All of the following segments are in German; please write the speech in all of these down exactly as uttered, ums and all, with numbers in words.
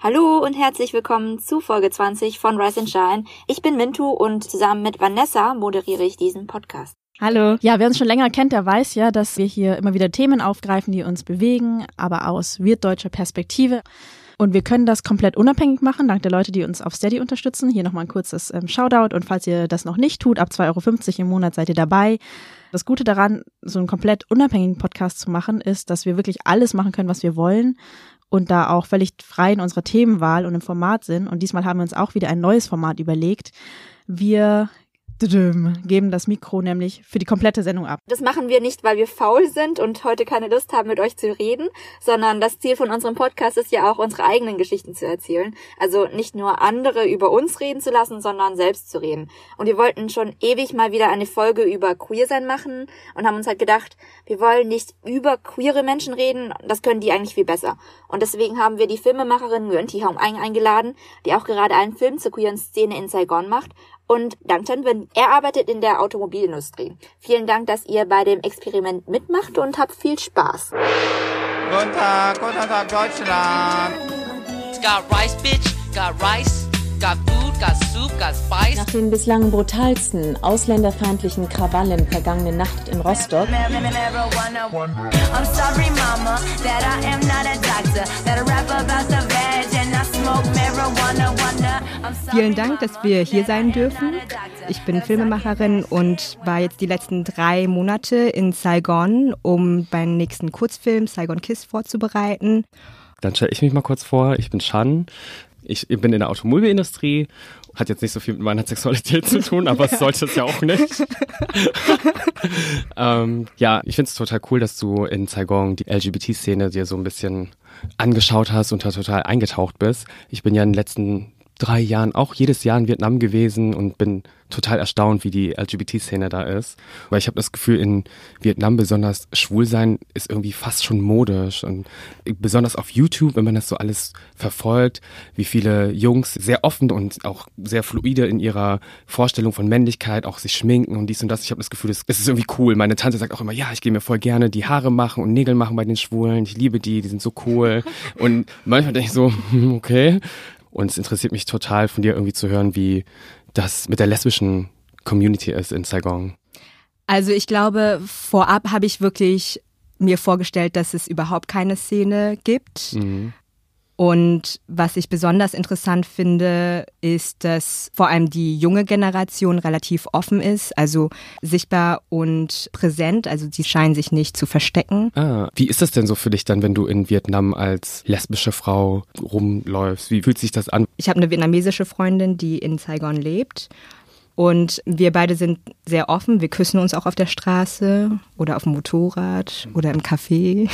Hallo und herzlich willkommen zu Folge zwanzig von Rise and Shine. Ich bin Mintu und zusammen mit Vanessa moderiere ich diesen Podcast. Hallo. Ja, wer uns schon länger kennt, der weiß ja, dass wir hier immer wieder Themen aufgreifen, die uns bewegen, aber aus wirtdeutscher Perspektive. Und wir können das komplett unabhängig machen, dank der Leute, die uns auf Steady unterstützen. Hier nochmal ein kurzes ähm, Shoutout. Und falls ihr das noch nicht tut, ab zwei Euro fünfzig im Monat seid ihr dabei. Das Gute daran, so einen komplett unabhängigen Podcast zu machen, ist, dass wir wirklich alles machen können, was wir wollen. Und da auch völlig frei in unserer Themenwahl und im Format sind. Und diesmal haben wir uns auch wieder ein neues Format überlegt. Wir geben das Mikro nämlich für die komplette Sendung ab. Das machen wir nicht, weil wir faul sind und heute keine Lust haben, mit euch zu reden, sondern das Ziel von unserem Podcast ist ja auch, unsere eigenen Geschichten zu erzählen. Also nicht nur andere über uns reden zu lassen, sondern selbst zu reden. Und wir wollten schon ewig mal wieder eine Folge über Queersein machen und haben uns halt gedacht, wir wollen nicht über queere Menschen reden, das können die eigentlich viel besser. Und deswegen haben wir die Filmemacherin Nguyen Thi Hong eingeladen, die auch gerade einen Film zur queeren Szene in Saigon macht. Und Dang Thanh Vinh, er arbeitet in der Automobilindustrie. Vielen Dank, dass ihr bei dem Experiment mitmacht und habt viel Spaß. Guten Tag, guten Tag, Deutschland. Got rice, bitch, got rice, got food, got soup, got spice. Nach den bislang brutalsten, ausländerfeindlichen Krawallen vergangene Nacht in Rostock I'm sorry, Mama, that I am not a doctor, that I rap about the veg and I smoke marijuana, wonder. Vielen Dank, dass wir hier sein dürfen. Ich bin Filmemacherin und war jetzt die letzten drei Monate in Saigon, um meinen nächsten Kurzfilm Saigon Kiss vorzubereiten. Dann stelle ich mich mal kurz vor. Ich bin Shan. Ich bin in der Automobilindustrie. Hat jetzt nicht so viel mit meiner Sexualität zu tun, aber es sollte es ja auch nicht. ähm, ja, ich finde es total cool, dass du in Saigon die L G B T-Szene dir so ein bisschen angeschaut hast und da total eingetaucht bist. Ich bin ja in den letzten drei Jahren auch jedes Jahr in Vietnam gewesen und bin total erstaunt, wie die L G B T-Szene da ist. Weil ich habe das Gefühl, in Vietnam besonders Schwulsein ist irgendwie fast schon modisch. Und besonders auf YouTube, wenn man das so alles verfolgt, wie viele Jungs sehr offen und auch sehr fluide in ihrer Vorstellung von Männlichkeit auch sich schminken und dies und das. Ich habe das Gefühl, es ist irgendwie cool. Meine Tante sagt auch immer, ja, ich gehe mir voll gerne die Haare machen und Nägel machen bei den Schwulen. Ich liebe die, die sind so cool. Und manchmal denke ich so, okay. Und es interessiert mich total, von dir irgendwie zu hören, wie das mit der lesbischen Community ist in Saigon. Also ich glaube, vorab habe ich wirklich mir vorgestellt, dass es überhaupt keine Szene gibt. Mhm. Und was ich besonders interessant finde, ist, dass vor allem die junge Generation relativ offen ist, also sichtbar und präsent, also die scheinen sich nicht zu verstecken. Ah, wie ist das denn so für dich dann, wenn du in Vietnam als lesbische Frau rumläufst? Wie fühlt sich das an? Ich habe eine vietnamesische Freundin, die in Saigon lebt. Und wir beide sind sehr offen. Wir küssen uns auch auf der Straße oder auf dem Motorrad oder im Café.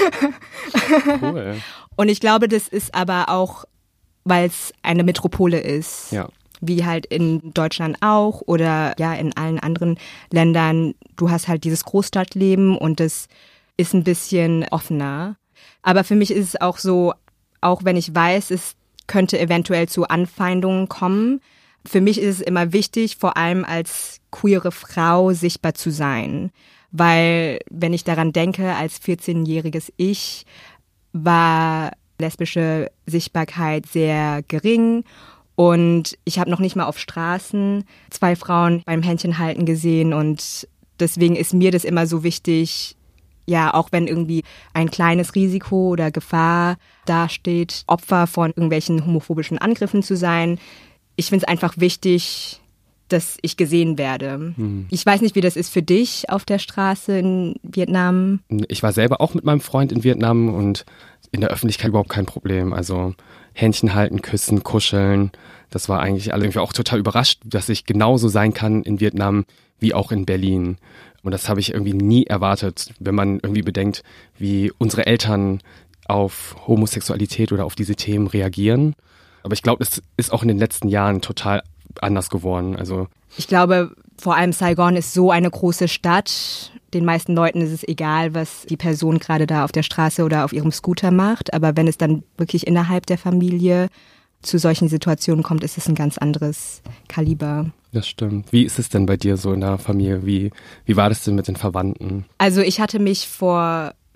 Cool. Und ich glaube, das ist aber auch, weil es eine Metropole ist. Ja. Wie halt in Deutschland auch oder ja in allen anderen Ländern. Du hast halt dieses Großstadtleben und das ist ein bisschen offener. Aber für mich ist es auch so, auch wenn ich weiß, es könnte eventuell zu Anfeindungen kommen, für mich ist es immer wichtig, vor allem als queere Frau sichtbar zu sein. Weil, wenn ich daran denke, als vierzehnjähriges Ich war lesbische Sichtbarkeit sehr gering. Und ich habe noch nicht mal auf Straßen zwei Frauen beim Händchenhalten gesehen. Und deswegen ist mir das immer so wichtig, ja, auch wenn irgendwie ein kleines Risiko oder Gefahr dasteht, Opfer von irgendwelchen homophobischen Angriffen zu sein. Ich finde es einfach wichtig, dass ich gesehen werde. Hm. Ich weiß nicht, wie das ist für dich auf der Straße in Vietnam. Ich war selber auch mit meinem Freund in Vietnam und in der Öffentlichkeit überhaupt kein Problem. Also Händchen halten, küssen, kuscheln. Das war eigentlich alle irgendwie auch total überrascht, dass ich genauso sein kann in Vietnam wie auch in Berlin. Und das habe ich irgendwie nie erwartet, wenn man irgendwie bedenkt, wie unsere Eltern auf Homosexualität oder auf diese Themen reagieren. Aber ich glaube, es ist auch in den letzten Jahren total anders geworden. Also ich glaube, vor allem Saigon ist so eine große Stadt. Den meisten Leuten ist es egal, was die Person gerade da auf der Straße oder auf ihrem Scooter macht. Aber wenn es dann wirklich innerhalb der Familie zu solchen Situationen kommt, ist es ein ganz anderes Kaliber. Das stimmt. Wie ist es denn bei dir so in der Familie? Wie, wie war das denn mit den Verwandten? Also ich hatte mich vor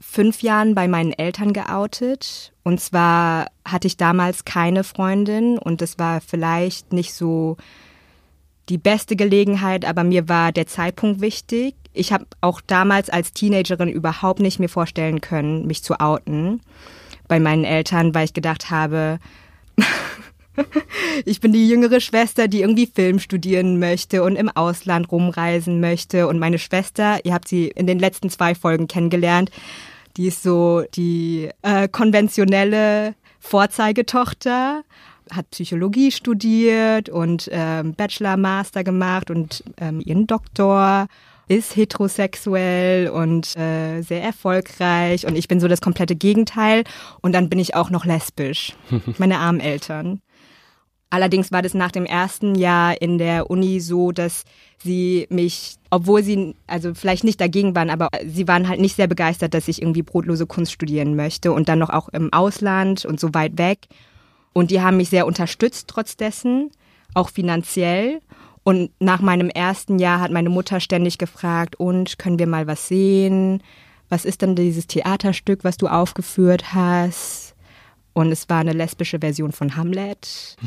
fünf Jahren bei meinen Eltern geoutet. Und zwar hatte ich damals keine Freundin und das war vielleicht nicht so die beste Gelegenheit, aber mir war der Zeitpunkt wichtig. Ich habe auch damals als Teenagerin überhaupt nicht mir vorstellen können, mich zu outen bei meinen Eltern, weil ich gedacht habe, ich bin die jüngere Schwester, die irgendwie Film studieren möchte und im Ausland rumreisen möchte. Und meine Schwester, ihr habt sie in den letzten zwei Folgen kennengelernt, die ist so die äh, konventionelle Vorzeigetochter, hat Psychologie studiert und ähm, Bachelor, Master gemacht und ähm, ihren Doktor, ist heterosexuell und äh, sehr erfolgreich und ich bin so das komplette Gegenteil und dann bin ich auch noch lesbisch, meine armen Eltern. Allerdings war das nach dem ersten Jahr in der Uni so, dass sie mich, obwohl sie also vielleicht nicht dagegen waren, aber sie waren halt nicht sehr begeistert, dass ich irgendwie brotlose Kunst studieren möchte und dann noch auch im Ausland und so weit weg. Und die haben mich sehr unterstützt trotz dessen, auch finanziell. Und nach meinem ersten Jahr hat meine Mutter ständig gefragt, und können wir mal was sehen? Was ist denn dieses Theaterstück, was du aufgeführt hast? Und es war eine lesbische Version von Hamlet.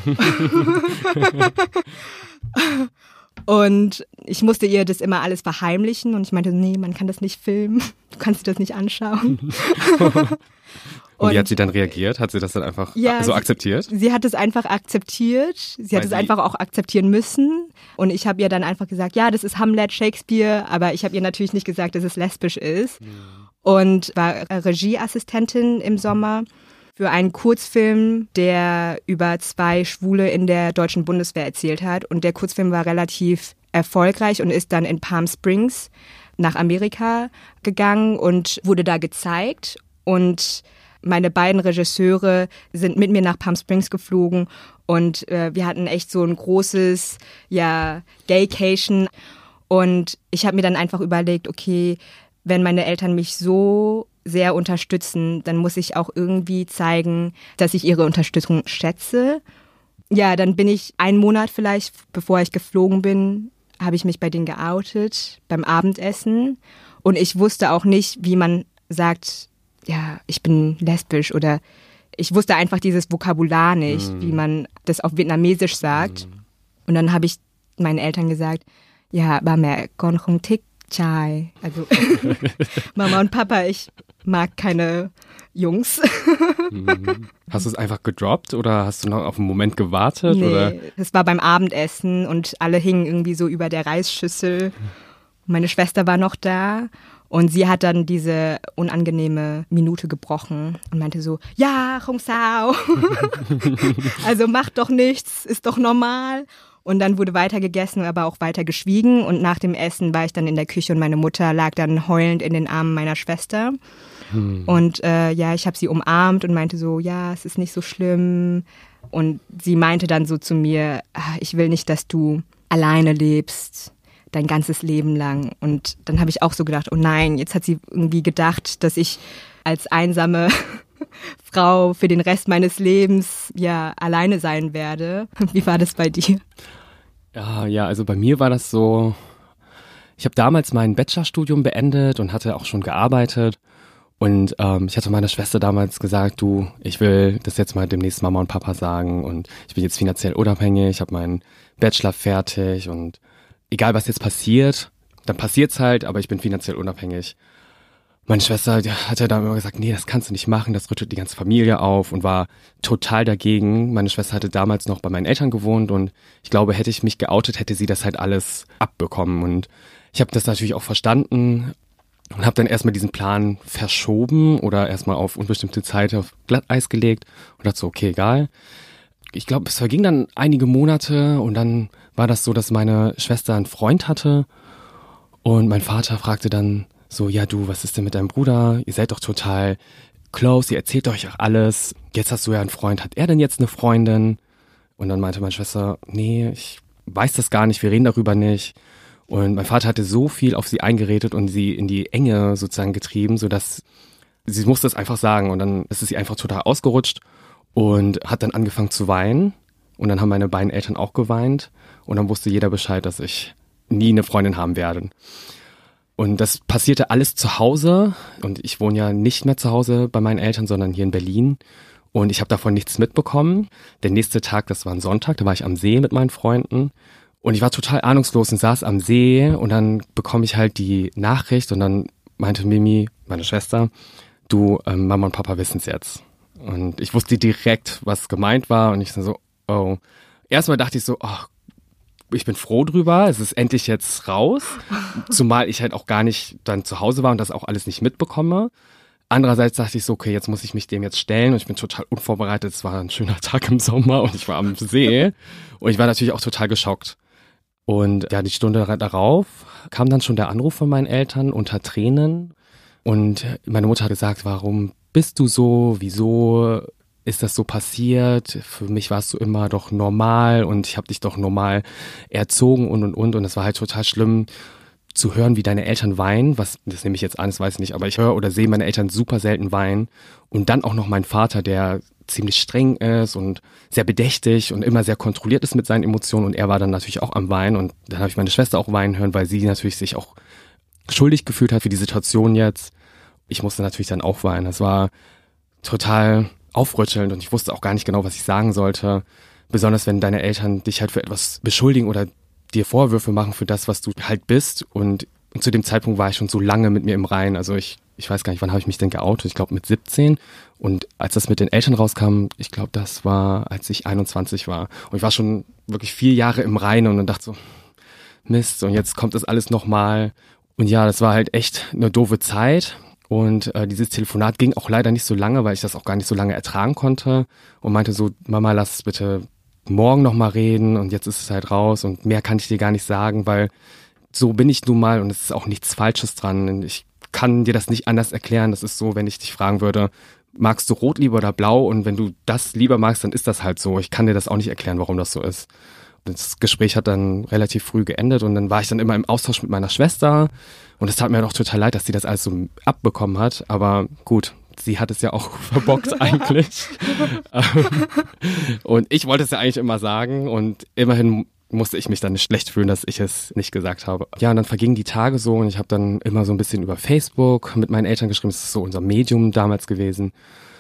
Und ich musste ihr das immer alles verheimlichen. Und ich meinte, nee, man kann das nicht filmen. Du kannst dir das nicht anschauen. Und wie hat sie dann reagiert? Hat sie das dann einfach ja, so akzeptiert? Sie, sie hat es einfach akzeptiert. Sie Weil hat es einfach auch akzeptieren müssen. Und ich habe ihr dann einfach gesagt, ja, das ist Hamlet, Shakespeare. Aber ich habe ihr natürlich nicht gesagt, dass es lesbisch ist. Ja. Und war Regieassistentin im Sommer für einen Kurzfilm, der über zwei Schwule in der deutschen Bundeswehr erzählt hat. Und der Kurzfilm war relativ erfolgreich und ist dann in Palm Springs nach Amerika gegangen und wurde da gezeigt. Und meine beiden Regisseure sind mit mir nach Palm Springs geflogen und äh, wir hatten echt so ein großes, ja, Gaycation. Und ich habe mir dann einfach überlegt, okay, wenn meine Eltern mich so sehr unterstützen, dann muss ich auch irgendwie zeigen, dass ich ihre Unterstützung schätze. Ja, dann bin ich einen Monat vielleicht, bevor ich geflogen bin, habe ich mich bei denen geoutet, beim Abendessen. Und ich wusste auch nicht, wie man sagt, ja, ich bin lesbisch oder ich wusste einfach dieses Vokabular nicht, mm. wie man das auf Vietnamesisch sagt. Mm. Und dann habe ich meinen Eltern gesagt, ja, ba mẹ con không thích trai. Also Mama und Papa, ich mag keine Jungs. Hast du es einfach gedroppt oder hast du noch auf einen Moment gewartet? Nee, oder? Das war beim Abendessen und alle hingen irgendwie so über der Reisschüssel. Meine Schwester war noch da. Und sie hat dann diese unangenehme Minute gebrochen und meinte so, ja, Hong Sao. Also mach doch nichts, ist doch normal. Und dann wurde weiter gegessen, aber auch weiter geschwiegen. Und nach dem Essen war ich dann in der Küche und meine Mutter lag dann heulend in den Armen meiner Schwester. Hm. Und äh, ja, ich habe sie umarmt und meinte so, ja, es ist nicht so schlimm. Und sie meinte dann so zu mir, ich will nicht, dass du alleine lebst. Dein ganzes Leben lang. Und dann habe ich auch so gedacht, oh nein, jetzt hat sie irgendwie gedacht, dass ich als einsame Frau für den Rest meines Lebens ja alleine sein werde. Wie war das bei dir? Ja, ja, also bei mir war das so, ich habe damals mein Bachelorstudium beendet und hatte auch schon gearbeitet. Und ähm, ich hatte meiner Schwester damals gesagt, du, ich will das jetzt mal demnächst Mama und Papa sagen und ich bin jetzt finanziell unabhängig, ich habe meinen Bachelor fertig und egal was jetzt passiert, dann passiert's halt, aber ich bin finanziell unabhängig. Meine Schwester die hat ja dann immer gesagt, nee, das kannst du nicht machen, das rüttelt die ganze Familie auf und war total dagegen. Meine Schwester hatte damals noch bei meinen Eltern gewohnt und ich glaube, hätte ich mich geoutet, hätte sie das halt alles abbekommen. Und ich habe das natürlich auch verstanden und habe dann erstmal diesen Plan verschoben oder erstmal auf unbestimmte Zeit auf Glatteis gelegt und dachte so, okay, egal. Ich glaube, es verging dann einige Monate und dann war das so, dass meine Schwester einen Freund hatte und mein Vater fragte dann so, ja du, was ist denn mit deinem Bruder? Ihr seid doch total close, ihr erzählt euch auch alles. Jetzt hast du ja einen Freund, hat er denn jetzt eine Freundin? Und dann meinte meine Schwester, nee, ich weiß das gar nicht, wir reden darüber nicht. Und mein Vater hatte so viel auf sie eingeredet und sie in die Enge sozusagen getrieben, sodass sie musste es einfach sagen und dann ist es sie einfach total ausgerutscht. Und hat dann angefangen zu weinen. Und dann haben meine beiden Eltern auch geweint. Und dann wusste jeder Bescheid, dass ich nie eine Freundin haben werde. Und das passierte alles zu Hause und ich wohne ja nicht mehr zu Hause bei meinen Eltern, sondern hier in Berlin. Und ich habe davon nichts mitbekommen. Der nächste Tag, das war ein Sonntag, da war ich am See mit meinen Freunden. Und ich war total ahnungslos und saß am See und dann bekomme ich halt die Nachricht und dann meinte Mimi, meine Schwester, du, ähm, Mama und Papa wissen es jetzt. Und ich wusste direkt, was gemeint war und ich so, oh. Erstmal dachte ich so, oh, ich bin froh drüber, es ist endlich jetzt raus, zumal ich halt auch gar nicht dann zu Hause war und das auch alles nicht mitbekomme. Andererseits dachte ich so, okay, jetzt muss ich mich dem jetzt stellen und ich bin total unvorbereitet. Es war ein schöner Tag im Sommer und ich war am See und ich war natürlich auch total geschockt. Und ja, die Stunde darauf kam dann schon der Anruf von meinen Eltern unter Tränen und meine Mutter hat gesagt, warum bist du so, wieso ist das so passiert? Für mich warst du immer doch normal und ich habe dich doch normal erzogen und und und und es war halt total schlimm zu hören, wie deine Eltern weinen, was, das nehme ich jetzt an, das weiß ich nicht, aber ich höre oder sehe meine Eltern super selten weinen und dann auch noch mein Vater, der ziemlich streng ist und sehr bedächtig und immer sehr kontrolliert ist mit seinen Emotionen und er war dann natürlich auch am Weinen und dann habe ich meine Schwester auch weinen hören, weil sie natürlich sich auch schuldig gefühlt hat für die Situation jetzt. Ich musste natürlich dann auch weinen, das war total aufrüttelnd und ich wusste auch gar nicht genau, was ich sagen sollte. Besonders wenn deine Eltern dich halt für etwas beschuldigen oder dir Vorwürfe machen für das, was du halt bist. Und, und zu dem Zeitpunkt war ich schon so lange mit mir im Reinen. Also ich, ich weiß gar nicht, wann habe ich mich denn geoutet? Ich glaube mit siebzehn. Und als das mit den Eltern rauskam, ich glaube, das war, als ich einundzwanzig war. Und ich war schon wirklich vier Jahre im Reinen und dann dachte so, Mist, und jetzt kommt das alles nochmal. Und ja, das war halt echt eine doofe Zeit. Und äh, dieses Telefonat ging auch leider nicht so lange, weil ich das auch gar nicht so lange ertragen konnte und meinte so, Mama, lass bitte morgen nochmal reden und jetzt ist es halt raus und mehr kann ich dir gar nicht sagen, weil so bin ich nun mal und es ist auch nichts Falsches dran. Ich kann dir das nicht anders erklären. Das ist so, wenn ich dich fragen würde, magst du rot lieber oder blau? Und wenn du das lieber magst, dann ist das halt so. Ich kann dir das auch nicht erklären, warum das so ist. Das Gespräch hat dann relativ früh geendet und dann war ich dann immer im Austausch mit meiner Schwester und es tat mir doch total leid, dass sie das alles so abbekommen hat, aber gut, sie hat es ja auch verbockt eigentlich und ich wollte es ja eigentlich immer sagen und immerhin musste ich mich dann nicht schlecht fühlen, dass ich es nicht gesagt habe. Ja, und dann vergingen die Tage so und ich habe dann immer so ein bisschen über Facebook mit meinen Eltern geschrieben, das ist so unser Medium damals gewesen.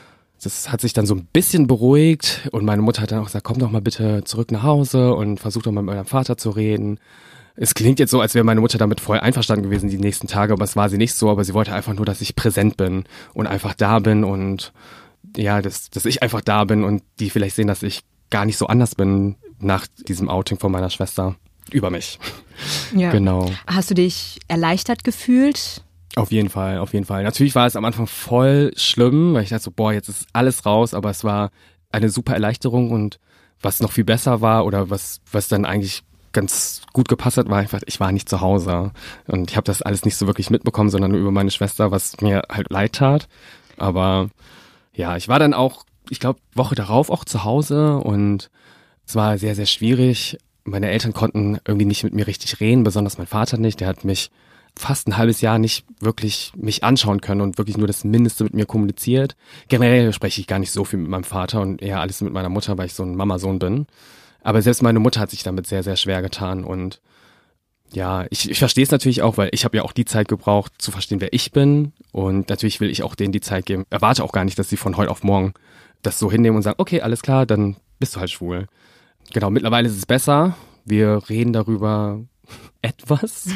Das hat sich dann so ein bisschen beruhigt und meine Mutter hat dann auch gesagt, komm doch mal bitte zurück nach Hause und versuch doch mal mit meinem Vater zu reden. Es klingt jetzt so, als wäre meine Mutter damit voll einverstanden gewesen die nächsten Tage, aber es war sie nicht so, aber sie wollte einfach nur, dass ich präsent bin und einfach da bin und ja, dass, dass ich einfach da bin und die vielleicht sehen, dass ich gar nicht so anders bin nach diesem Outing von meiner Schwester über mich. Ja. Genau. Hast du dich erleichtert gefühlt? Auf jeden Fall, auf jeden Fall. Natürlich war es am Anfang voll schlimm, weil ich dachte so, boah, jetzt ist alles raus, aber es war eine super Erleichterung und was noch viel besser war oder was, was dann eigentlich ganz gut gepasst hat, war einfach, ich war nicht zu Hause und ich habe das alles nicht so wirklich mitbekommen, sondern nur über meine Schwester, was mir halt leid tat. Aber ja, ich war dann auch, ich glaube, Woche darauf auch zu Hause und es war sehr, sehr schwierig. Meine Eltern konnten irgendwie nicht mit mir richtig reden, besonders mein Vater nicht, der hat mich fast ein halbes Jahr nicht wirklich mich anschauen können und wirklich nur das Mindeste mit mir kommuniziert. Generell spreche ich gar nicht so viel mit meinem Vater und eher alles mit meiner Mutter, weil ich so ein Mama-Sohn bin. Aber selbst meine Mutter hat sich damit sehr, sehr schwer getan und ja, ich, ich verstehe es natürlich auch, weil ich habe ja auch die Zeit gebraucht, zu verstehen, wer ich bin und natürlich will ich auch denen die Zeit geben. Erwarte auch gar nicht, dass sie von heute auf morgen das so hinnehmen und sagen, okay, alles klar, dann bist du halt schwul. Genau, mittlerweile ist es besser. Wir reden darüber etwas.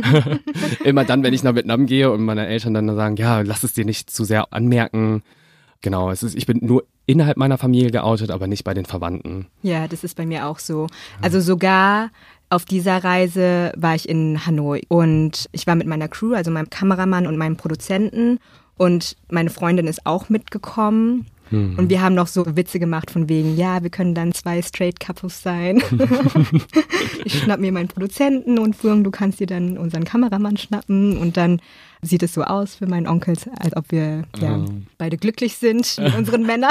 Immer dann, wenn ich nach Vietnam gehe und meine Eltern dann sagen, ja, lass es dir nicht zu sehr anmerken. Genau, es ist, ich bin nur innerhalb meiner Familie geoutet, aber nicht bei den Verwandten. Ja, das ist bei mir auch so. Also sogar auf dieser Reise war ich in Hanoi und ich war mit meiner Crew, also meinem Kameramann und meinem Produzenten und meine Freundin ist auch mitgekommen. Mhm. Und wir haben noch so Witze gemacht von wegen, ja, wir können dann zwei Straight Couples sein. Ich schnapp mir meinen Produzenten und Furng, du kannst dir dann unseren Kameramann schnappen. Und dann sieht es so aus für meinen Onkels, als ob wir ja, mhm. beide glücklich sind mit unseren Männern.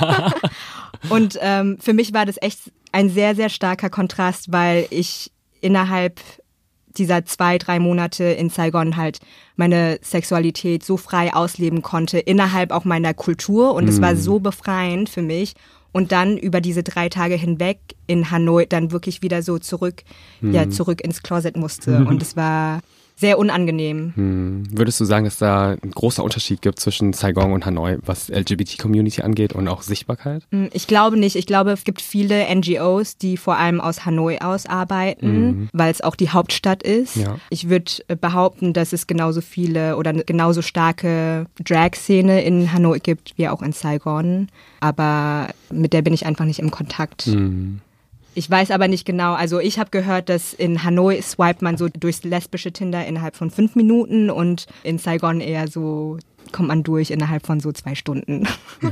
Und ähm, für mich war das echt ein sehr, sehr starker Kontrast, weil ich innerhalb dieser zwei, drei Monate in Saigon halt meine Sexualität so frei ausleben konnte, innerhalb auch meiner Kultur. Und es mm. war so befreiend für mich. Und dann über diese drei Tage hinweg in Hanoi dann wirklich wieder so zurück, mm. ja, zurück ins Closet musste. Und es war sehr unangenehm. Hm. Würdest du sagen, dass da ein großer Unterschied gibt zwischen Saigon und Hanoi, was L G B T-Community angeht und auch Sichtbarkeit? Ich glaube nicht. Ich glaube, es gibt viele N G Os, die vor allem aus Hanoi aus arbeiten, mhm. weil es auch die Hauptstadt ist. Ja. Ich würde behaupten, dass es genauso viele oder eine genauso starke Drag-Szene in Hanoi gibt wie auch in Saigon. Aber mit der bin ich einfach nicht im Kontakt. Mhm. Ich weiß aber nicht genau, also ich habe gehört, dass in Hanoi swipet man so durchs lesbische Tinder innerhalb von fünf Minuten und in Saigon eher so kommt man durch innerhalb von so zwei Stunden.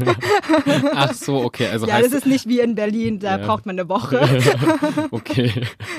Ach so, okay. Also ja, heißt, das ist nicht wie in Berlin, da ja. braucht man eine Woche. Okay.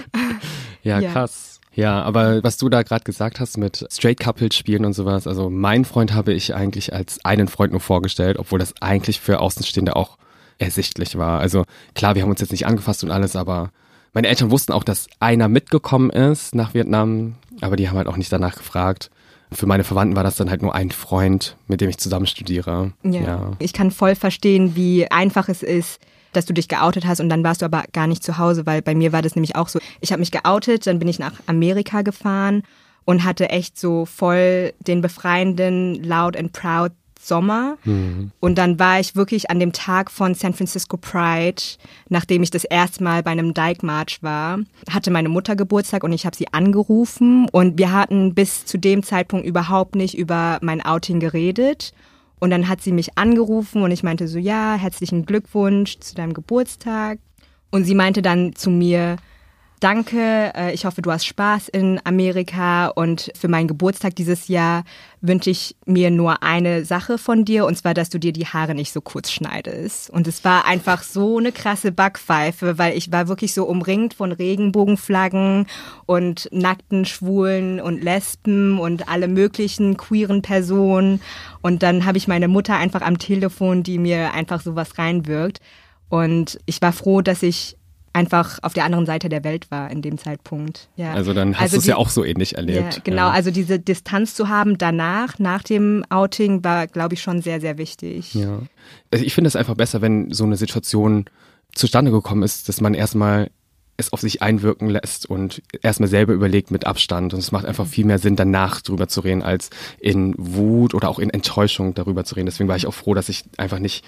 Ja, Ja. krass. Ja, aber was du da gerade gesagt hast mit Straight Couples spielen und sowas, also meinen Freund habe ich eigentlich als einen Freund nur vorgestellt, obwohl das eigentlich für Außenstehende auch ersichtlich war. Also klar, wir haben uns jetzt nicht angefasst und alles, aber meine Eltern wussten auch, dass einer mitgekommen ist nach Vietnam, aber die haben halt auch nicht danach gefragt. Für meine Verwandten war das dann halt nur ein Freund, mit dem ich zusammen studiere. Ja. Ja. Ich kann voll verstehen, wie einfach es ist, dass du dich geoutet hast und dann warst du aber gar nicht zu Hause, weil bei mir war das nämlich auch so. Ich habe mich geoutet, dann bin ich nach Amerika gefahren und hatte echt so voll den befreienden Loud and Proud Sommer. Mhm. Und dann war ich wirklich an dem Tag von San Francisco Pride, nachdem ich das erste Mal bei einem Dyke March war, hatte meine Mutter Geburtstag und ich habe sie angerufen und wir hatten bis zu dem Zeitpunkt überhaupt nicht über mein Outing geredet. Und dann hat sie mich angerufen und ich meinte so, ja, herzlichen Glückwunsch zu deinem Geburtstag. Und sie meinte dann zu mir, danke, ich hoffe, du hast Spaß in Amerika und für meinen Geburtstag dieses Jahr wünsche ich mir nur eine Sache von dir und zwar, dass du dir die Haare nicht so kurz schneidest. Und es war einfach so eine krasse Backpfeife, weil ich war wirklich so umringt von Regenbogenflaggen und nackten Schwulen und Lesben und alle möglichen queeren Personen. Und dann habe ich meine Mutter einfach am Telefon, die mir einfach sowas reinwirkt. Und ich war froh, dass ich einfach auf der anderen Seite der Welt war in dem Zeitpunkt. Ja. Also dann hast also du es die, ja auch so ähnlich erlebt. Ja, genau, ja. Also diese Distanz zu haben danach, nach dem Outing, war, glaube ich, schon sehr, sehr wichtig. Ja. Also ich finde es einfach besser, wenn so eine Situation zustande gekommen ist, dass man erstmal es auf sich einwirken lässt und erstmal selber überlegt mit Abstand. Und es macht einfach viel mehr Sinn, danach drüber zu reden, als in Wut oder auch in Enttäuschung darüber zu reden. Deswegen war ich auch froh, dass ich einfach nicht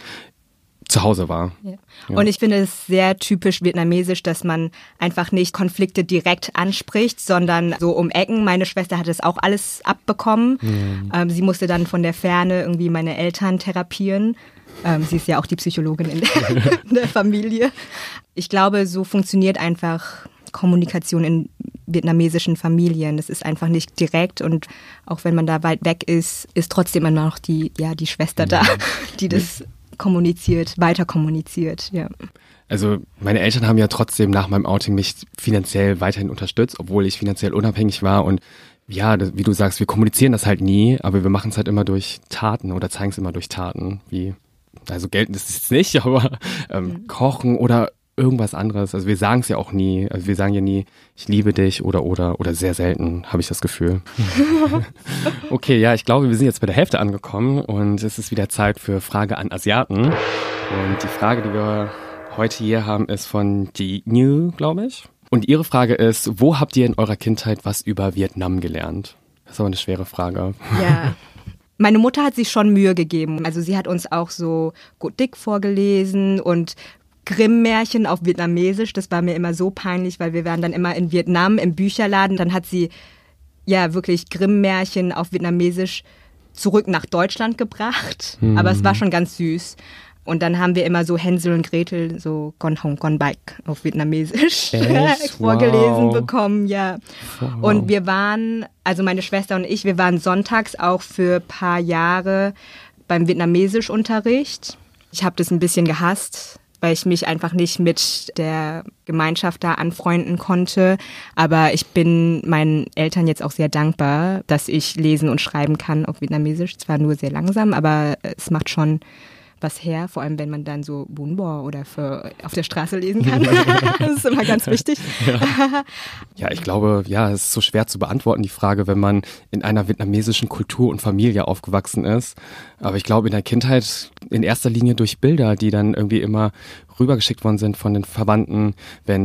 zu Hause war. Ja. Ja. Und ich finde es sehr typisch vietnamesisch, dass man einfach nicht Konflikte direkt anspricht, sondern so um Ecken. Meine Schwester hat das auch alles abbekommen. Mhm. Ähm, sie musste dann von der Ferne irgendwie meine Eltern therapieren. Ähm, sie ist ja auch die Psychologin in der, in der Familie. Ich glaube, so funktioniert einfach Kommunikation in vietnamesischen Familien. Das ist einfach nicht direkt und auch wenn man da weit weg ist, ist trotzdem immer noch die, ja, die Schwester mhm. da, die das kommuniziert, weiter kommuniziert, ja. Also meine Eltern haben ja trotzdem nach meinem Outing mich finanziell weiterhin unterstützt, obwohl ich finanziell unabhängig war und ja, das, wie du sagst, wir kommunizieren das halt nie, aber wir machen es halt immer durch Taten oder zeigen es immer durch Taten, wie, also Geld ist es jetzt nicht, aber ähm, mhm. Kochen oder irgendwas anderes. Also wir sagen es ja auch nie, also wir sagen ja nie, ich liebe dich oder oder oder sehr selten, habe ich das Gefühl. Okay, ja, ich glaube, wir sind jetzt bei der Hälfte angekommen und es ist wieder Zeit für Frage an Asiaten. Und die Frage, die wir heute hier haben, ist von Ji New, glaube ich. Und ihre Frage ist, wo habt ihr in eurer Kindheit was über Vietnam gelernt? Das ist aber eine schwere Frage. Ja. Meine Mutter hat sich schon Mühe gegeben. Also sie hat uns auch so Gut Dick vorgelesen und Grimm-Märchen auf Vietnamesisch. Das war mir immer so peinlich, weil wir waren dann immer in Vietnam im Bücherladen. Dann hat sie ja wirklich Grimm-Märchen auf Vietnamesisch zurück nach Deutschland gebracht. Mhm. Aber es war schon ganz süß. Und dann haben wir immer so Hänsel und Gretel, so Con Hong Con Baik auf Vietnamesisch vorgelesen wow. bekommen, ja. Wow. Und wir waren, also meine Schwester und ich, wir waren sonntags auch für ein paar Jahre beim Vietnamesischunterricht. Ich habe das ein bisschen gehasst, weil ich mich einfach nicht mit der Gemeinschaft da anfreunden konnte. Aber ich bin meinen Eltern jetzt auch sehr dankbar, dass ich lesen und schreiben kann auf Vietnamesisch. Zwar nur sehr langsam, aber es macht schon was her, vor allem wenn man dann so Bun Bo oder für auf der Straße lesen kann. Das ist immer ganz wichtig. Ja. Ja, ich glaube, ja, es ist so schwer zu beantworten, die Frage, wenn man in einer vietnamesischen Kultur und Familie aufgewachsen ist. Aber ich glaube, in der Kindheit in erster Linie durch Bilder, die dann irgendwie immer rübergeschickt worden sind von den Verwandten, wenn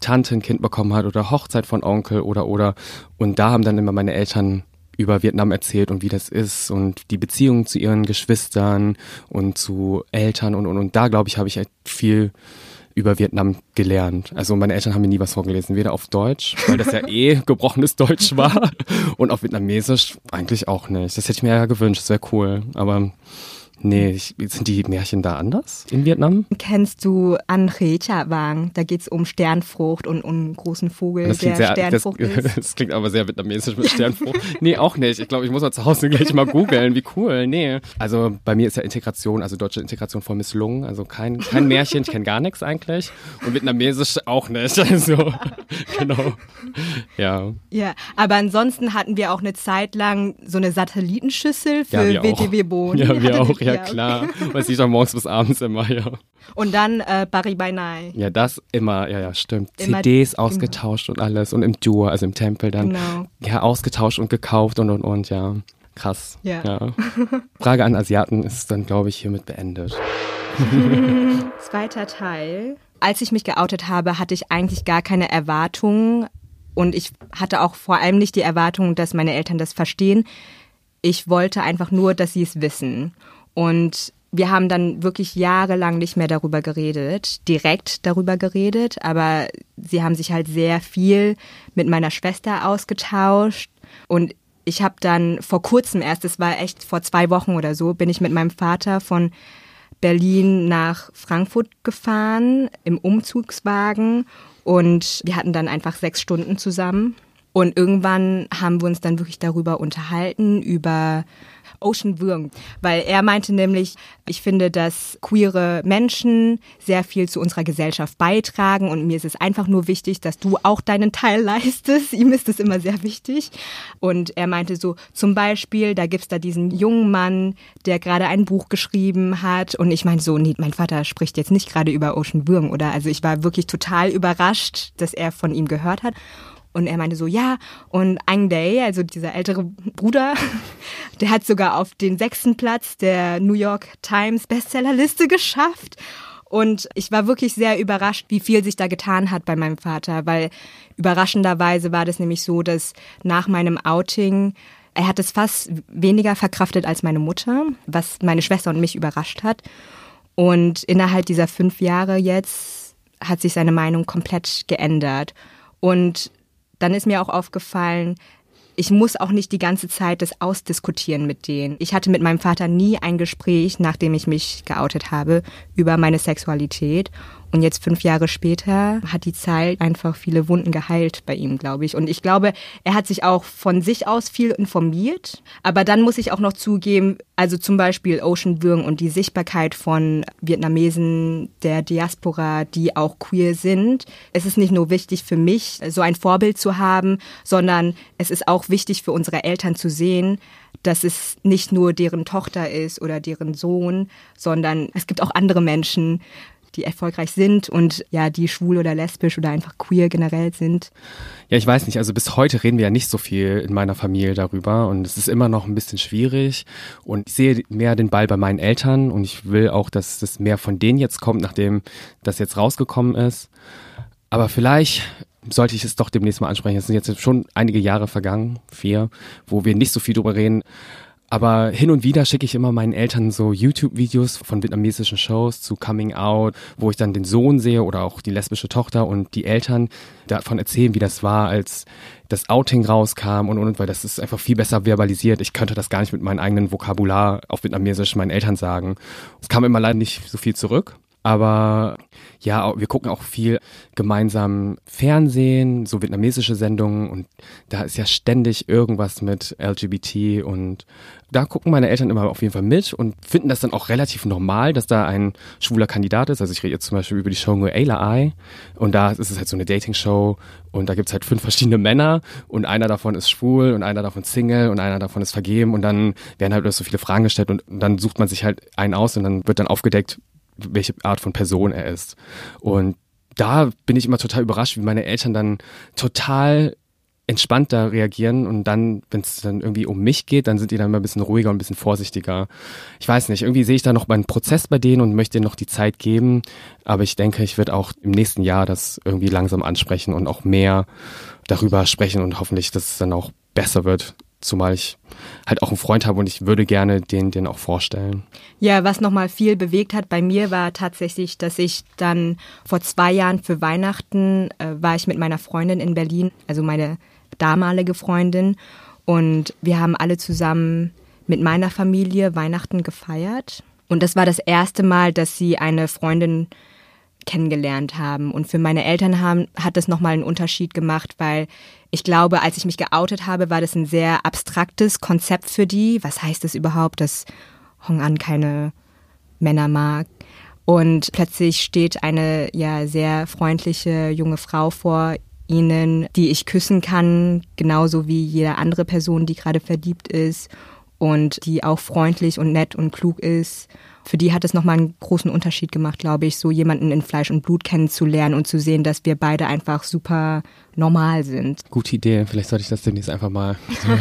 Tante ein Kind bekommen hat oder Hochzeit von Onkel oder oder. Und da haben dann immer meine Eltern über Vietnam erzählt und wie das ist und die Beziehung zu ihren Geschwistern und zu Eltern und und und da, glaube ich, habe ich halt viel über Vietnam gelernt. Also meine Eltern haben mir nie was vorgelesen, weder auf Deutsch, weil das ja eh gebrochenes Deutsch war, und auf Vietnamesisch eigentlich auch nicht. Das hätte ich mir ja gewünscht, das wäre cool, aber nee, ich, sind die Märchen da anders in Vietnam? Kennst du An Khê Cha Vang? Da geht es um Sternfrucht und um einen großen Vogel, das der sehr, Sternfrucht das, ist. Das klingt aber sehr vietnamesisch mit Sternfrucht. Nee, auch nicht. Ich glaube, ich muss mal zu Hause gleich mal googeln. Wie cool. Nee. Also bei mir ist ja Integration, also deutsche Integration voll misslungen. Also kein, kein Märchen, ich kenne gar nichts eigentlich. Und vietnamesisch auch nicht. Also, genau. Ja. Ja, aber ansonsten hatten wir auch eine Zeit lang so eine Satellitenschüssel für ja, W T W Boni. Ja, wir auch, ja, ja klar. Weil sie von morgens bis abends immer, ja. Und dann äh, Bari Bai Nai. Ja, das immer, ja, ja, stimmt. Immer, C Ds ausgetauscht genau. und alles. Und im Duo, also im Tempel dann. Genau. Ja, ausgetauscht und gekauft und und und, ja. Krass. Ja. ja. Frage an Asiaten ist dann, glaube ich, hiermit beendet. Zweiter Teil. Als ich mich geoutet habe, hatte ich eigentlich gar keine Erwartungen. Und ich hatte auch vor allem nicht die Erwartung, dass meine Eltern das verstehen. Ich wollte einfach nur, dass sie es wissen. Und wir haben dann wirklich jahrelang nicht mehr darüber geredet, direkt darüber geredet, aber sie haben sich halt sehr viel mit meiner Schwester ausgetauscht. Und ich habe dann vor kurzem erst, das war echt vor zwei Wochen oder so, bin ich mit meinem Vater von Berlin nach Frankfurt gefahren im Umzugswagen und wir hatten dann einfach sechs Stunden zusammen. Und irgendwann haben wir uns dann wirklich darüber unterhalten, über Ocean Vuong, weil er meinte nämlich, ich finde, dass queere Menschen sehr viel zu unserer Gesellschaft beitragen und mir ist es einfach nur wichtig, dass du auch deinen Teil leistest. Ihm ist es immer sehr wichtig. Und er meinte so, zum Beispiel, da gibt's da diesen jungen Mann, der gerade ein Buch geschrieben hat und ich meine so, nee, mein Vater spricht jetzt nicht gerade über Ocean Vuong, oder? Also ich war wirklich total überrascht, dass er von ihm gehört hat. Und er meinte so, ja, und Anh Day, also dieser ältere Bruder, der hat sogar auf den sechsten Platz der New York Times Bestsellerliste geschafft. Und ich war wirklich sehr überrascht, wie viel sich da getan hat bei meinem Vater, weil überraschenderweise war das nämlich so, dass nach meinem Outing, er hat es fast weniger verkraftet als meine Mutter, was meine Schwester und mich überrascht hat. Und innerhalb dieser fünf Jahre jetzt hat sich seine Meinung komplett geändert. Und dann ist mir auch aufgefallen, ich muss auch nicht die ganze Zeit das ausdiskutieren mit denen. Ich hatte mit meinem Vater nie ein Gespräch, nachdem ich mich geoutet habe, über meine Sexualität. Und jetzt fünf Jahre später hat die Zeit einfach viele Wunden geheilt bei ihm, glaube ich. Und ich glaube, er hat sich auch von sich aus viel informiert. Aber dann muss ich auch noch zugeben, also zum Beispiel Ocean Vuong und die Sichtbarkeit von Vietnamesen der Diaspora, die auch queer sind. Es ist nicht nur wichtig für mich, so ein Vorbild zu haben, sondern es ist auch wichtig für unsere Eltern zu sehen, dass es nicht nur deren Tochter ist oder deren Sohn, sondern es gibt auch andere Menschen, die erfolgreich sind und ja, die schwul oder lesbisch oder einfach queer generell sind. Ja, ich weiß nicht, also bis heute reden wir ja nicht so viel in meiner Familie darüber und es ist immer noch ein bisschen schwierig und ich sehe mehr den Ball bei meinen Eltern und ich will auch, dass das mehr von denen jetzt kommt, nachdem das jetzt rausgekommen ist. Aber vielleicht sollte ich es doch demnächst mal ansprechen. Es sind jetzt schon einige Jahre vergangen, vier, wo wir nicht so viel drüber reden. Aber hin und wieder schicke ich immer meinen Eltern so YouTube-Videos von vietnamesischen Shows zu Coming Out, wo ich dann den Sohn sehe oder auch die lesbische Tochter und die Eltern davon erzählen, wie das war, als das Outing rauskam und, und, und, weil das ist einfach viel besser verbalisiert. Ich könnte das gar nicht mit meinem eigenen Vokabular auf Vietnamesisch meinen Eltern sagen. Es kam immer leider nicht so viel zurück. Aber ja, wir gucken auch viel gemeinsam Fernsehen, so vietnamesische Sendungen und da ist ja ständig irgendwas mit L G B T und da gucken meine Eltern immer auf jeden Fall mit und finden das dann auch relativ normal, dass da ein schwuler Kandidat ist. Also ich rede jetzt zum Beispiel über die Show Nguyen Ê La Ai und da ist es halt so eine Dating-Show und da gibt's halt fünf verschiedene Männer und einer davon ist schwul und einer davon Single und einer davon ist vergeben und dann werden halt so viele Fragen gestellt und dann sucht man sich halt einen aus und dann wird dann aufgedeckt, welche Art von Person er ist. Und da bin ich immer total überrascht, wie meine Eltern dann total entspannter reagieren und dann, wenn es dann irgendwie um mich geht, dann sind die dann immer ein bisschen ruhiger und ein bisschen vorsichtiger. Ich weiß nicht, irgendwie sehe ich da noch meinen Prozess bei denen und möchte denen noch die Zeit geben, aber ich denke, ich werde auch im nächsten Jahr das irgendwie langsam ansprechen und auch mehr darüber sprechen und hoffentlich, dass es dann auch besser wird, zumal ich halt auch einen Freund habe und ich würde gerne den, den auch vorstellen. Ja, was nochmal viel bewegt hat bei mir war tatsächlich, dass ich dann vor zwei Jahren für Weihnachten äh, war ich mit meiner Freundin in Berlin, also meine damalige Freundin, und wir haben alle zusammen mit meiner Familie Weihnachten gefeiert. Und das war das erste Mal, dass sie eine Freundin kennengelernt haben. Und für meine Eltern haben, hat das nochmal einen Unterschied gemacht, weil ich glaube, als ich mich geoutet habe, war das ein sehr abstraktes Konzept für die. Was heißt es überhaupt, dass Hong An keine Männer mag? Und plötzlich steht eine ja sehr freundliche junge Frau vor ihnen, die ich küssen kann, genauso wie jede andere Person, die gerade verliebt ist und die auch freundlich und nett und klug ist. Für die hat es nochmal einen großen Unterschied gemacht, glaube ich, so jemanden in Fleisch und Blut kennenzulernen und zu sehen, dass wir beide einfach super normal sind. Gute Idee, vielleicht sollte ich das demnächst einfach mal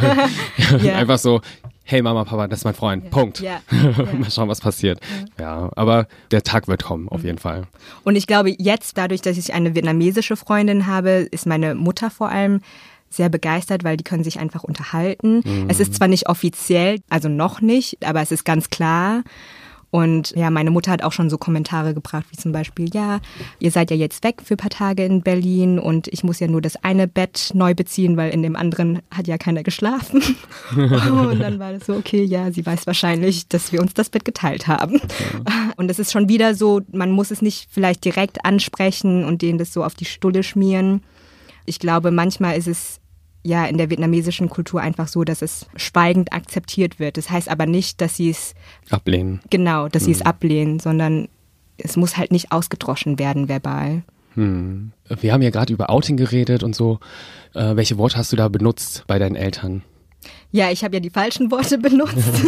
ja. einfach so, hey Mama, Papa, das ist mein Freund, ja. Punkt. Ja. Ja. Mal schauen, was passiert. Ja. ja, aber der Tag wird kommen, auf jeden Fall. Und ich glaube, jetzt, dadurch, dass ich eine vietnamesische Freundin habe, ist meine Mutter vor allem sehr begeistert, weil die können sich einfach unterhalten. Mhm. Es ist zwar nicht offiziell, also noch nicht, aber es ist ganz klar. Und ja, meine Mutter hat auch schon so Kommentare gebracht, wie zum Beispiel, ja, ihr seid ja jetzt weg für ein paar Tage in Berlin und ich muss ja nur das eine Bett neu beziehen, weil in dem anderen hat ja keiner geschlafen. Und dann war das so, okay, ja, sie weiß wahrscheinlich, dass wir uns das Bett geteilt haben. Ja. Und das ist schon wieder so, man muss es nicht vielleicht direkt ansprechen und denen das so auf die Stulle schmieren. Ich glaube, manchmal ist es ja in der vietnamesischen Kultur einfach so, dass es schweigend akzeptiert wird. Das heißt aber nicht, dass sie es ablehnen. Genau, dass hm. sie es ablehnen, sondern es muss halt nicht ausgedroschen werden verbal. Hm. Wir haben ja gerade über Outing geredet und so. Äh, welche Worte hast du da benutzt bei deinen Eltern? Ja, ich habe ja die falschen Worte benutzt.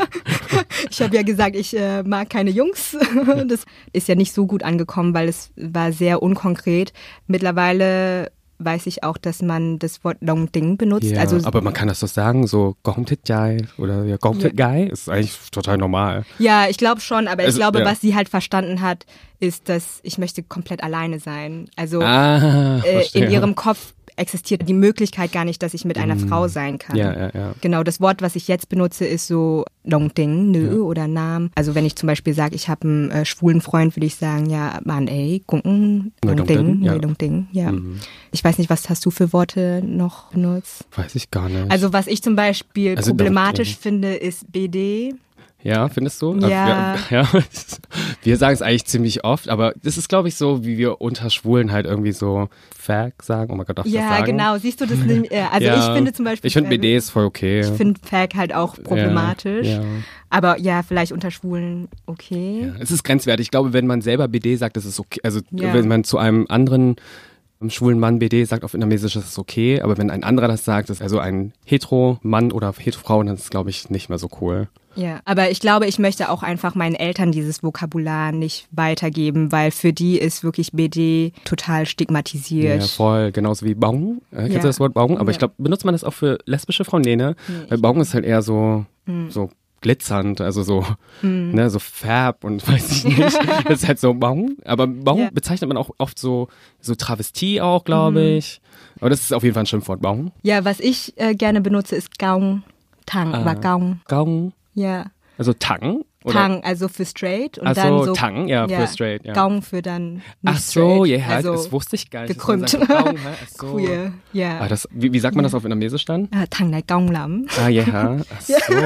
Ich habe ja gesagt, ich äh, mag keine Jungs. Das ist ja nicht so gut angekommen, weil es war sehr unkonkret. Mittlerweile weiß ich auch, dass man das Wort Long Ding benutzt. Ja, also, aber man kann das doch sagen, so Gong Tit Jai oder ja, Gong Tit Gai ist eigentlich total normal. Ja, ich glaube schon, aber also, ich glaube, ja. was sie halt verstanden hat, ist, dass ich möchte komplett alleine sein. Also ah, äh, in ihrem Kopf existiert die Möglichkeit gar nicht, dass ich mit einer mm. Frau sein kann. Ja, ja, ja. Genau, das Wort, was ich jetzt benutze, ist so Long Ding, Nö ja. oder Nam. Also wenn ich zum Beispiel sage, ich habe einen äh, schwulen Freund, würde ich sagen, ja, man ey, Gong Ding, Nö Long Ding, ja. Mhm. Ich weiß nicht, was hast du für Worte noch benutzt? Weiß ich gar nicht. Also was ich zum Beispiel also problematisch finde, ist B D. Ja, findest du? Ja. Wir, ja, wir sagen es eigentlich ziemlich oft, aber das ist, glaube ich, so, wie wir unter Schwulen halt irgendwie so Fag sagen. Oh mein Gott, darf ich ja, das sagen? Ja, genau. Siehst du das nicht? Also ja. ich finde zum Beispiel... Ich finde B D ist voll okay. Ich finde Fag halt auch problematisch. Ja, ja. Aber ja, vielleicht unter Schwulen okay. Ja, es ist grenzwertig. Ich glaube, wenn man selber B D sagt, das ist okay. Also ja. wenn man zu einem anderen schwulen Mann B D sagt auf Vietnamesisch, das ist okay. Aber wenn ein anderer das sagt, das ist also ein Hetero-Mann oder Hetero-Frau, dann ist es, glaube ich, nicht mehr so cool. Ja, aber ich glaube, ich möchte auch einfach meinen Eltern dieses Vokabular nicht weitergeben, weil für die ist wirklich B D total stigmatisiert. Ja, voll, genauso wie Bong. Äh, kennst ja. du das Wort Bong? Aber ja. ich glaube, benutzt man das auch für lesbische Frauen? Nee, ne? Nee, weil Bong ist halt eher so, mhm. so glitzernd, also so, mhm. ne, so Färb und weiß ich nicht. Das ist halt so Bong. Aber Bong ja. bezeichnet man auch oft so, so Travestie auch, glaube mhm. ich. Aber das ist auf jeden Fall ein Schimpfwort, Bong. Ja, was ich äh, gerne benutze, ist Gaung, Tang, ah. oder Gaung. Gaung. Ja. Also Tang? Oder? Tang, also für straight und Ach dann so, so Tang, ja, ja, für straight, ja. Gaung für dann nicht Ach so, ja, yeah, yeah, also das wusste ich gar nicht. Gekrümmt. Sagt, Gaung, ach so. Queer, ja. Ah, das, wie, wie sagt man das auf Vietnamesisch dann? Ah, Thằng này cong lắm. Ah, ja, yeah. Ach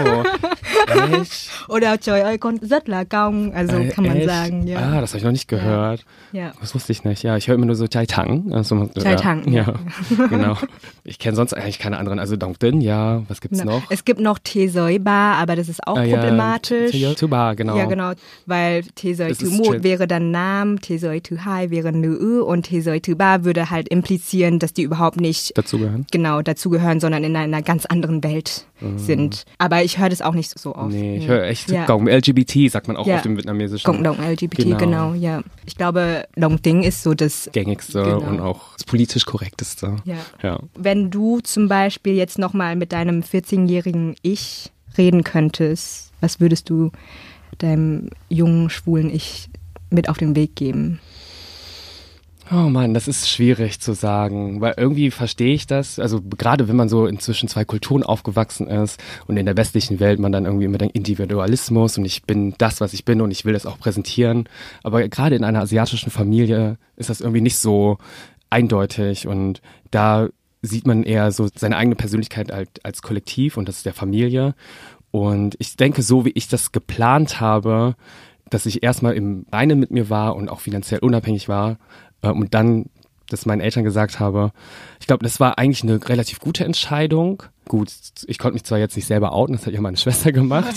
so. Echt? Oder trời ơi, con rất là cong, also äh, kann man echt? sagen, ja. Ah, das habe ich noch nicht gehört. Ja. Das wusste ich nicht, ja. Ich höre immer nur so Chai Tang. Also, Chai Tang, ja. ja. Genau. Ich kenne sonst eigentlich keine anderen. Also Dong Din, ja. Was gibt's Na, noch? Es gibt noch Te Soi Ba, aber das ist auch ah, problematisch. Ja. Tuba, genau. Ja, genau, weil Tesoi Das ist Tumo chill. wäre dann Nam, Tesoi Tuhai wäre Nö und Tesoi Tuba würde halt implizieren, dass die überhaupt nicht Dazugehören? genau dazugehören, sondern in einer ganz anderen Welt Mhm. sind. Aber ich höre das auch nicht so oft. Nee, ich höre echt Ja. Gong. L G B T sagt man auch Ja. auf dem vietnamesischen. Gong Dong L G B T, genau. Genau. ja. Ich glaube, Long Ding ist so das Gängigste Genau. und auch das politisch korrekteste. Ja. Ja. Wenn du zum Beispiel jetzt nochmal mit deinem vierzehnjährigen Ich reden könntest, was würdest du deinem jungen, schwulen Ich mit auf den Weg geben? Oh Mann, das ist schwierig zu sagen, weil irgendwie verstehe ich das. Also gerade wenn man so inzwischen zwei Kulturen aufgewachsen ist und in der westlichen Welt man dann irgendwie immer denkt Individualismus und ich bin das, was ich bin und ich will das auch präsentieren. Aber gerade in einer asiatischen Familie ist das irgendwie nicht so eindeutig und da sieht man eher so seine eigene Persönlichkeit als, als Kollektiv und das ist der Familie. Und ich denke, so wie ich das geplant habe, dass ich erstmal im Reinen mit mir war und auch finanziell unabhängig war, und dann, dass meinen Eltern gesagt habe, ich glaube, das war eigentlich eine relativ gute Entscheidung. Gut, ich konnte mich zwar jetzt nicht selber outen, das hat ja meine Schwester gemacht,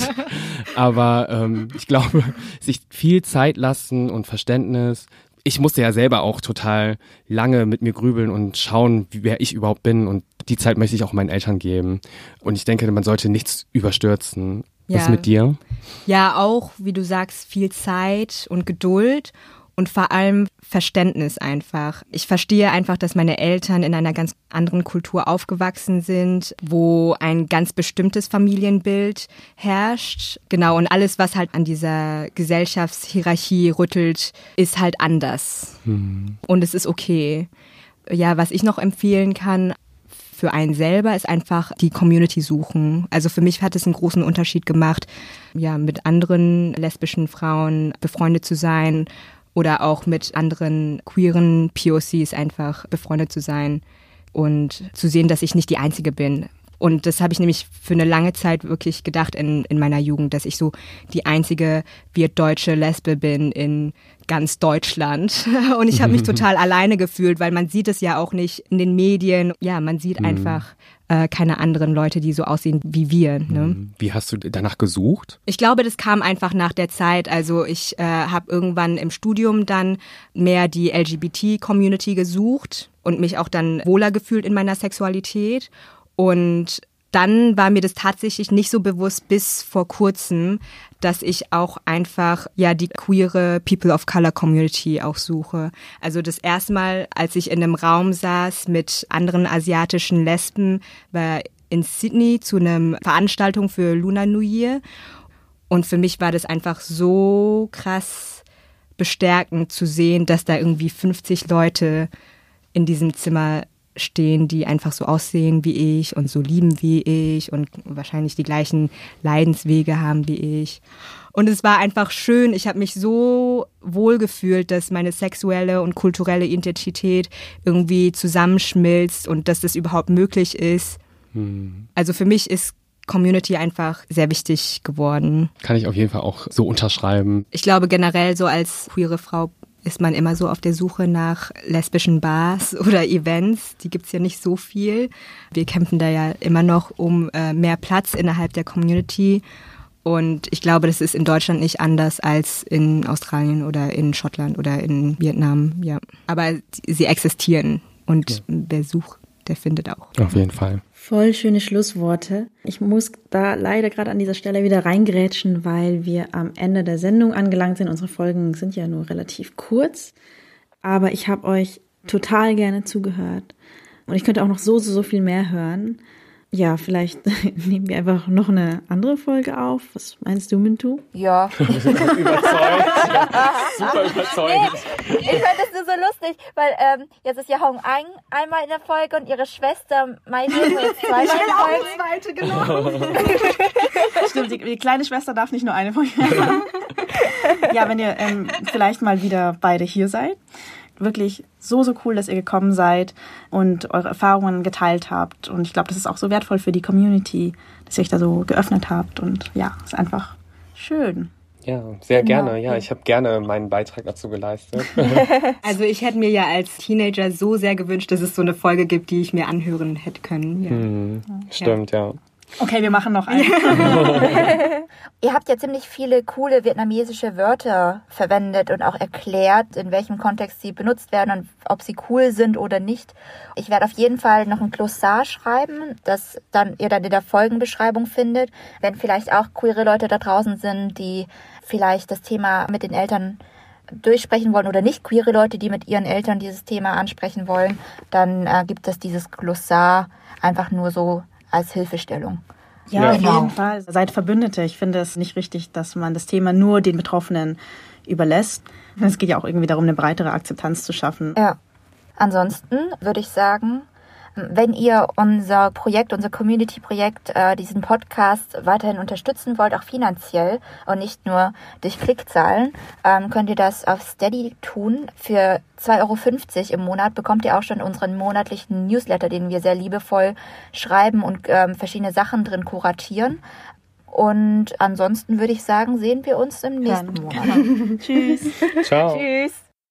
aber ähm, ich glaube, sich viel Zeit lassen und Verständnis. Ich musste ja selber auch total lange mit mir grübeln und schauen, wie, wer ich überhaupt bin und die Zeit möchte ich auch meinen Eltern geben. Und ich denke, man sollte nichts überstürzen. Ja. Was ist mit dir? Ja, auch, wie du sagst, viel Zeit und Geduld. Und vor allem Verständnis einfach. Ich verstehe einfach, dass meine Eltern in einer ganz anderen Kultur aufgewachsen sind, wo ein ganz bestimmtes Familienbild herrscht. Genau, und alles, was halt an dieser Gesellschaftshierarchie rüttelt, ist halt anders. Hm. Und es ist okay. Ja, was ich noch empfehlen kann für einen selber, ist einfach die Community suchen. Also für mich hat es einen großen Unterschied gemacht, ja, mit anderen lesbischen Frauen befreundet zu sein, oder auch mit anderen queeren P O Cs einfach befreundet zu sein und zu sehen, dass ich nicht die Einzige bin. Und das habe ich nämlich für eine lange Zeit wirklich gedacht in, in meiner Jugend, dass ich so die einzige wirtdeutsche Lesbe bin in ganz Deutschland. Und ich habe mich total alleine gefühlt, weil man sieht es ja auch nicht in den Medien. Ja, man sieht Mhm. einfach äh, keine anderen Leute, die so aussehen wie wir. Ne? Wie hast du danach gesucht? Ich glaube, das kam einfach nach der Zeit. Also ich äh, habe irgendwann im Studium dann mehr die L G B T-Community gesucht und mich auch dann wohler gefühlt in meiner Sexualität. Und dann war mir das tatsächlich nicht so bewusst bis vor kurzem, dass ich auch einfach ja die queere People of Color Community auch suche. Also das erste Mal, als ich in einem Raum saß mit anderen asiatischen Lesben, war in Sydney zu einer Veranstaltung für Lunar New Year. Und für mich war das einfach so krass bestärkend zu sehen, dass da irgendwie fünfzig Leute in diesem Zimmer stehen, die einfach so aussehen wie ich und so lieben wie ich und wahrscheinlich die gleichen Leidenswege haben wie ich. Und es war einfach schön. Ich habe mich so wohl gefühlt, dass meine sexuelle und kulturelle Identität irgendwie zusammenschmilzt und dass das überhaupt möglich ist. Hm. Also für mich ist Community einfach sehr wichtig geworden. Kann ich auf jeden Fall auch so unterschreiben. Ich glaube generell so als queere Frau ist man immer so auf der Suche nach lesbischen Bars oder Events. Die gibt's ja nicht so viel. Wir kämpfen da ja immer noch um äh, mehr Platz innerhalb der Community. Und ich glaube, das ist in Deutschland nicht anders als in Australien oder in Schottland oder in Vietnam. Ja, aber sie existieren und ja. Wer sucht, der findet auch. Auf jeden Fall. Voll schöne Schlussworte. Ich muss da leider gerade an dieser Stelle wieder reingrätschen, weil wir am Ende der Sendung angelangt sind. Unsere Folgen sind ja nur relativ kurz, aber ich habe euch total gerne zugehört und ich könnte auch noch so, so, so viel mehr hören. Ja, vielleicht nehmen wir einfach noch eine andere Folge auf. Was meinst du, Mintu? Ja. Überzeugt. Super überzeugend. Nee, ich fand das nur so lustig, weil ähm, jetzt ist ja Hong ein, einmal in der Folge und ihre Schwester Mai jetzt zweimal in der Folge. Zweite, genau. Stimmt, die, die kleine Schwester darf nicht nur eine Folge haben. Ja, wenn ihr ähm, vielleicht mal wieder beide hier seid. Wirklich so, so cool, dass ihr gekommen seid und eure Erfahrungen geteilt habt. Und ich glaube, das ist auch so wertvoll für die Community, dass ihr euch da so geöffnet habt. Und ja, ist einfach schön. Ja, sehr gerne. Ja, ich habe gerne meinen Beitrag dazu geleistet. Also ich hätte mir ja als Teenager so sehr gewünscht, dass es so eine Folge gibt, die ich mir anhören hätte können. Ja. Hm, stimmt, ja. Okay, wir machen noch eine. Ihr habt ja ziemlich viele coole vietnamesische Wörter verwendet und auch erklärt, in welchem Kontext sie benutzt werden und ob sie cool sind oder nicht. Ich werde auf jeden Fall noch ein Glossar schreiben, das dann ihr dann in der Folgenbeschreibung findet. Wenn vielleicht auch queere Leute da draußen sind, die vielleicht das Thema mit den Eltern durchsprechen wollen oder nicht queere Leute, die mit ihren Eltern dieses Thema ansprechen wollen, dann äh, gibt es dieses Glossar einfach nur so als Hilfestellung. Ja, ja, auf genau. jeden Fall. Seid Verbündete. Ich finde es nicht richtig, dass man das Thema nur den Betroffenen überlässt. Es geht ja auch irgendwie darum, eine breitere Akzeptanz zu schaffen. Ja. Ansonsten würde ich sagen, wenn ihr unser Projekt, unser Community-Projekt, äh, diesen Podcast weiterhin unterstützen wollt, auch finanziell und nicht nur durch Klickzahlen, ähm, könnt ihr das auf Steady tun. Für zwei Euro fünfzig im Monat bekommt ihr auch schon unseren monatlichen Newsletter, den wir sehr liebevoll schreiben und ähm, verschiedene Sachen drin kuratieren. Und ansonsten würde ich sagen, sehen wir uns im nächsten Monat. Tschüss. Ciao. Tschüss.